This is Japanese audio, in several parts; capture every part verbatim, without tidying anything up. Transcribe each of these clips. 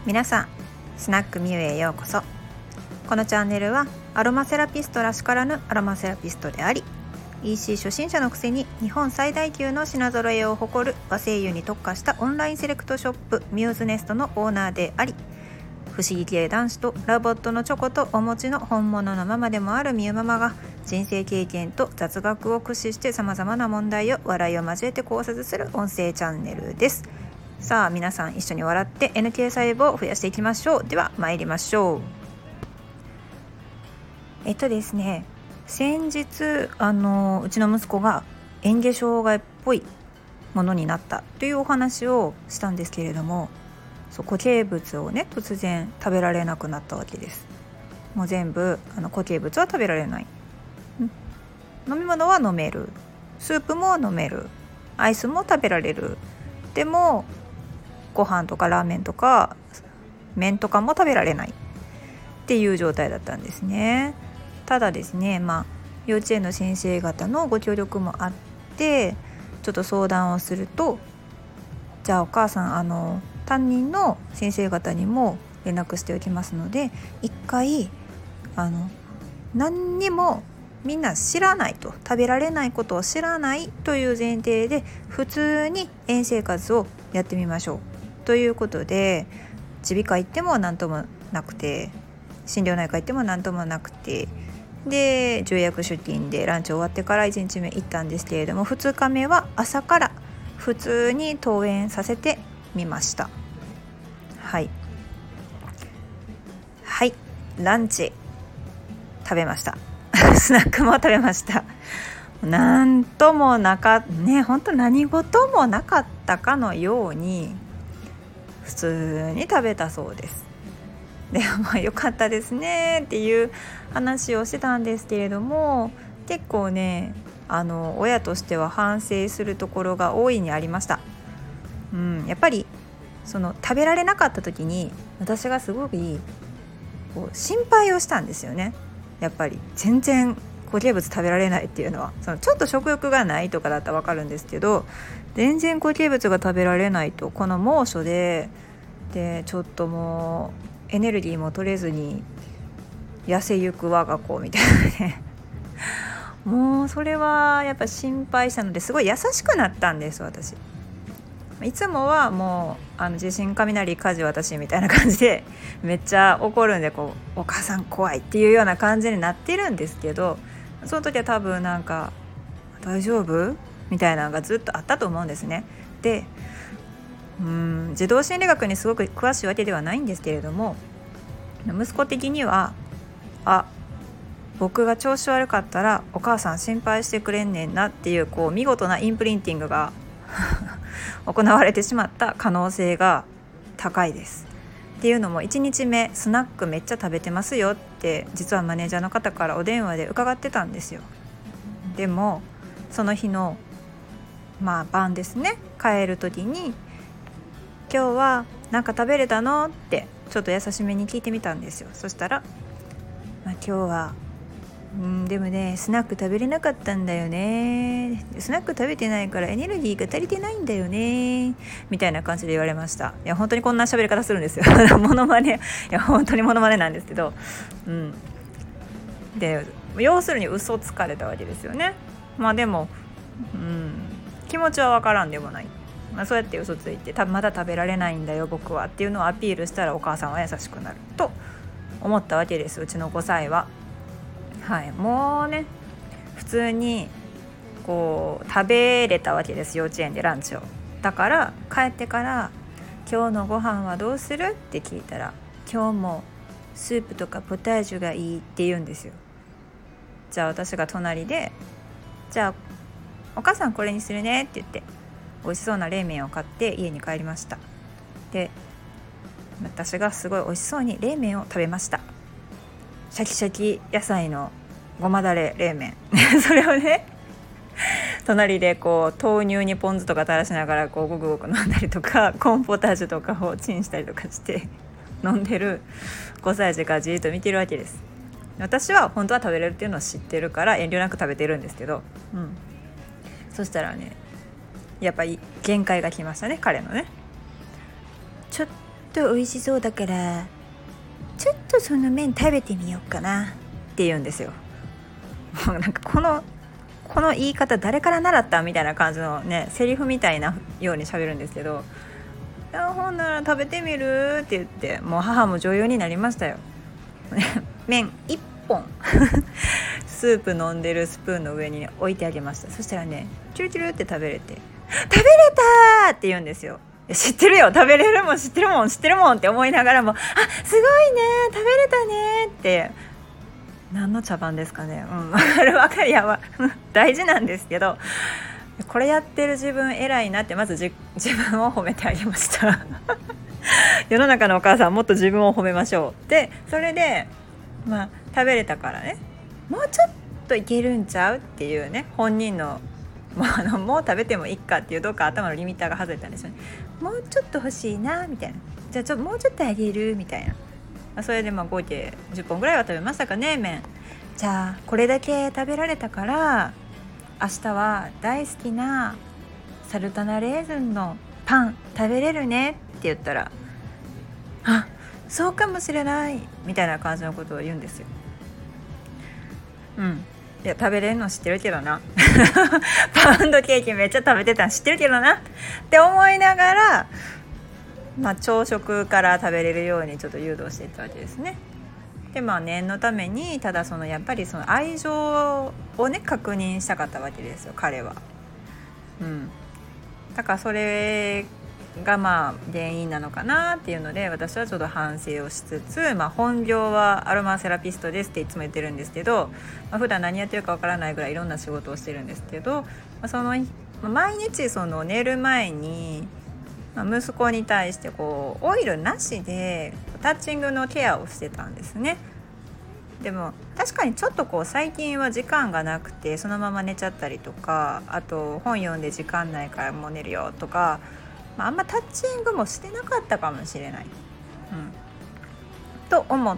皆さん、スナックミュへようこそ。このチャンネルはアロマセラピストらしからぬアロマセラピストであり、 イーシー 初心者のくせに日本最大級の品揃えを誇る和精油に特化したオンラインセレクトショップミューズネストのオーナーであり、不思議系男子とラボットのチョコとお餅の本物のママでもあるミュママが、人生経験と雑学を駆使してさまざまな問題を笑いを交えて考察する音声チャンネルです。さあ皆さん、一緒に笑って エヌケー 細胞を増やしていきましょう。では参りましょう。えっとですね先日あのうちの息子が嚥下障害っぽいものになったというお話をしたんですけれども、そう固形物をね突然食べられなくなったわけです。もう全部あの固形物は食べられない、飲み物は飲める、スープも飲める、アイスも食べられる、でもご飯とかラーメンとか麺とかも食べられないっていう状態だったんですね。ただですね、まあ、幼稚園の先生方のご協力もあってちょっと相談をすると、じゃあお母さんあの担任の先生方にも連絡しておきますので、一回あの何にもみんな知らないと、食べられないことを知らないという前提で普通に園生活をやってみましょうということで、耳鼻科行っても何ともなくて、心療内科行っても何ともなくて、で重役出勤でランチ終わってからいちにちめ行ったんですけれども、ふつかめは朝から普通に登園させてみました。はいはいランチ食べましたスナックも食べました。なんともなかね本当何事もなかったかのように普通に食べたそうです。でまあ良かったですねっていう話をしてたんですけれども、結構ねあの親としては反省するところが大いにありました。うん、やっぱりその食べられなかった時に私がすごくこう心配をしたんですよね。やっぱり全然固形物食べられないっていうのは、そのちょっと食欲がないとかだったら分かるんですけど、全然固形物が食べられないと、この猛暑ででちょっともうエネルギーも取れずに痩せゆく我が子みたいなねもうそれはやっぱ心配したので、すごい優しくなったんです私。いつもはもうあの地震雷火事私みたいな感じでめっちゃ怒るんで、こうお母さん怖いっていうような感じになってるんですけど、その時は多分なんか大丈夫みたいなのがずっとあったと思うんですね。でうーん児童心理学にすごく詳しいわけではないんですけれども、息子的にはあ僕が調子悪かったらお母さん心配してくれんねんなっていう、こう見事なインプリンティングが行われてしまった可能性が高いです。っていうのもいちにちめスナックめっちゃ食べてますよって実はマネージャーの方からお電話で伺ってたんですよ。でもその日のまあ晩ですね、帰る時に今日は何か食べれたのってちょっと優しめに聞いてみたんですよ。そしたら、まあ、今日はうんでもねスナック食べれなかったんだよね、スナック食べてないからエネルギーが足りてないんだよねみたいな感じで言われました。いや本当にこんな喋り方するんですよモノマネ、いや本当にモノマネなんですけど、うんで要するに嘘つかれたわけですよね。まあでも、うん、気持ちはわからんでもない、まあ、そうやって嘘ついてたまだ食べられないんだよ僕はっていうのをアピールしたらお母さんは優しくなると思ったわけです。うちのごさいははい、もうね普通にこう食べれたわけです、幼稚園でランチを。だから帰ってから今日のご飯はどうするって聞いたら、今日もスープとかポタージュがいいって言うんですよ。じゃあ私が隣で、じゃあお母さんこれにするねって言って美味しそうな冷麺を買って家に帰りました。で私がすごい美味しそうに冷麺を食べました。シャキシャキ野菜のごまだれ冷麺それをね隣でこう豆乳にポン酢とか垂らしながらこうごくごく飲んだりとか、コーンポタージュとかをチンしたりとかして飲んでるごさい児がじっと見てるわけです。私は本当は食べれるっていうのを知ってるから遠慮なく食べてるんですけど、うん、そしたらねやっぱり限界が来ましたね、彼のね。ちょっと美味しそうだからちょっとその麺食べてみようかなって言うんですよ。もうなんかこのこの言い方誰から習ったみたいな感じのねセリフみたいなように喋るんですけど、ほんなら食べてみるって言って、もう母も女優になりましたよ。麺いっぽんスープ飲んでるスプーンの上に置いてあげました。そしたらねチュルチュルって食べれて、食べれたって言うんですよ。知ってるよ、食べれるもん知ってるもん知ってるもんって思いながらも、あ、すごいね食べれたねって、何の茶番ですかね、うん、分かる分かる、やば大事なんですけど、これやってる自分偉いなってまずじ自分を褒めてあげました世の中のお母さんもっと自分を褒めましょう。でそれでまあ食べれたからね、もうちょっといけるんちゃうっていうね、本人のもうあのもう食べてもいいかっていうどっか頭のリミッターが外れたんですよね。もうちょっと欲しいなみたいな、じゃあちょもうちょっとあげるみたいな、それでまあ合計じゅっぽんぐらいは食べましたかね、麺。じゃあこれだけ食べられたから明日は大好きなサルタナレーズンのパン食べれるねって言ったら、あ、そうかもしれないみたいな感じのことを言うんですよ。うん、いや食べれるの知ってるけどなパウンドケーキめっちゃ食べてたの知ってるけどなって思いながら、まあ、朝食から食べれるようにちょっと誘導していったわけですね。でまあ念のために、ただそのやっぱりその愛情をね確認したかったわけですよ、彼は。うん、だからそれがまあ原因なのかなっていうので、私はちょっと反省をしつつ、まあ、本業はアロマセラピストですっていつも言ってるんですけど、まあ、普段何やってるかわからないぐらいいろんな仕事をしてるんですけど、まあ、その毎日その寝る前に、まあ、息子に対してこうオイルなしでタッチングのケアをしてたんですね。でも確かにちょっとこう最近は時間がなくてそのまま寝ちゃったりとか、あと本読んで時間ないからもう寝るよとか、まあ、あんまタッチングもしてなかったかもしれない、うん、と思って、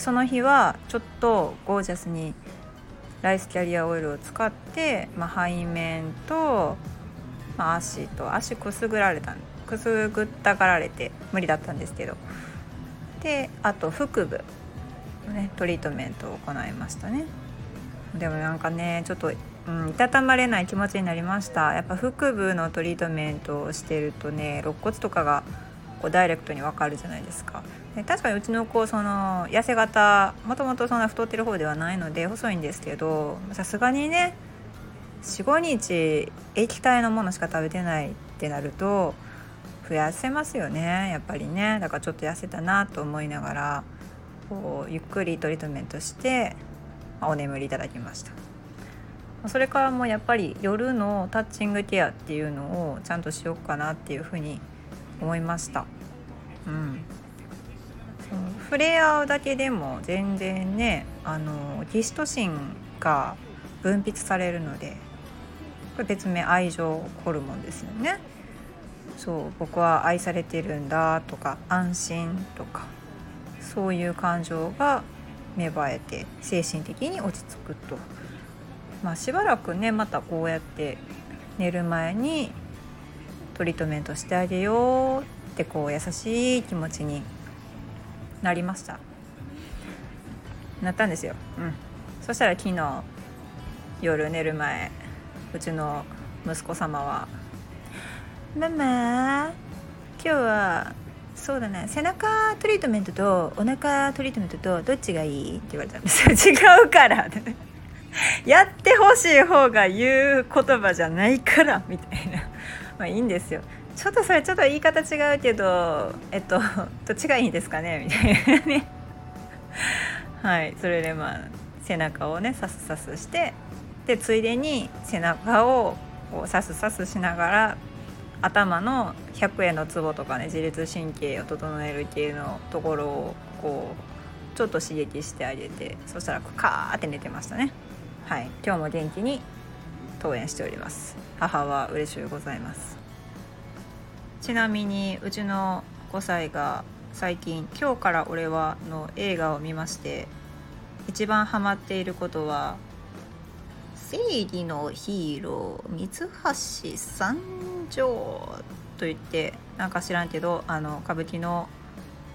その日はちょっとゴージャスにライスキャリアオイルを使って、まあ、背面と、まあ、足と足くすぐられたくすぐったがられて無理だったんですけど、であと腹部ね、トリートメントを行いましたね。でもなんかねちょっと、うん、いたたまれない気持ちになりました。やっぱ腹部のトリートメントをしてるとね、肋骨とかがこうダイレクトに分かるじゃないですか。で確かにうちの子その痩せ型、もともとそんな太ってる方ではないので細いんですけど、さすがにね よん,ご 日液体のものしか食べてないってなると増やせますよね、やっぱりね。だからちょっと痩せたなと思いながらこうゆっくりトリートメントして、まあ、お眠りいただきました。それからもうやっぱり夜のタッチングケアっていうのをちゃんとしようかなっていうふうに思いました。うん、その触れ合うだけでも全然ね、あのギストシンが分泌されるので、これ別名愛情ホルモンですよね。そう、僕は愛されてるんだとか安心とか、そういう感情が芽生えて精神的に落ち着くと、まあ、しばらくねまたこうやって寝る前にトリートメントしてあげようってこう優しい気持ちになりましたなったんですよ、うん、そしたら昨日夜寝る前、うちの息子様はママ今日はそうだね、背中トリートメントとお腹トリートメントとどっちがいいって言われたんですよ。違うからやってほしい方が言う言葉じゃないからみたいなまあいいんですよ。ちょっとそれちょっと言い方違うけどえっとどっちがいいですかねみたいなねはい、それでまあ背中をねサスサスして、でついでに背中をこうサスサスしながら頭のひゃくえんのツボとかね、自律神経を整える系のところをこうちょっと刺激してあげて、そしたらカーって寝てましたね。はい、今日も元気に登園しております。母は嬉しゅうございます。ちなみにうちのごさいが最近今日から俺はの映画を見まして、一番ハマっていることは正義のヒーロー三橋三条といって、なんか知らんけどあの歌舞伎の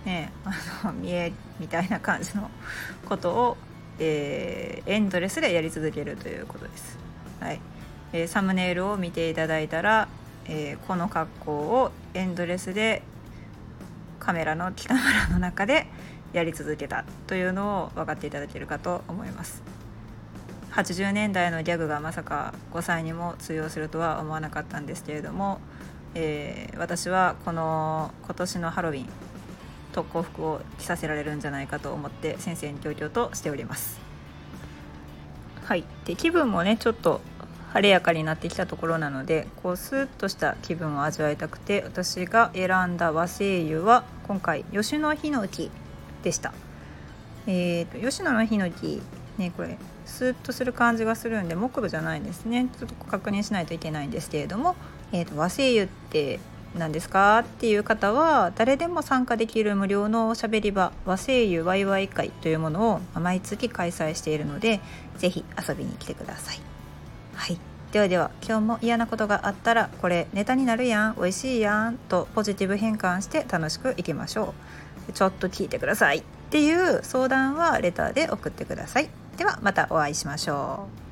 ね、あの見栄みたいな感じのことを、えー、エンドレスでやり続けるということです。はい。えー、サムネイルを見ていただいたら、えー、この格好をエンドレスでカメラのキャメラの中でやり続けたというのを分かっていただけるかと思います。はちじゅうねんだいのギャグがまさかごさいにも通用するとは思わなかったんですけれども、えー、私はこの今年のハロウィン特攻服を着させられるんじゃないかと思って先生に強々としております。はい。で、気分もねちょっと晴れやかになってきたところなので、こうスーッとした気分を味わいたくて、私が選んだ和精油は今回吉野ヒノキでした。えーと、吉野のヒノキね、これスーッとする感じがするんで木部じゃないんですね。ちょっと確認しないといけないんですけれども、えーと、和精油って何ですかっていう方は誰でも参加できる無料のおしゃべり場和精油ワイワイ会というものを毎月開催しているので、ぜひ遊びに来てください。はい。ではでは、今日も嫌なことがあったらこれネタになるやん、美味しいやんとポジティブ変換して楽しくいきましょう。ちょっと聞いてくださいっていう相談はレターで送ってください。ではまたお会いしましょう。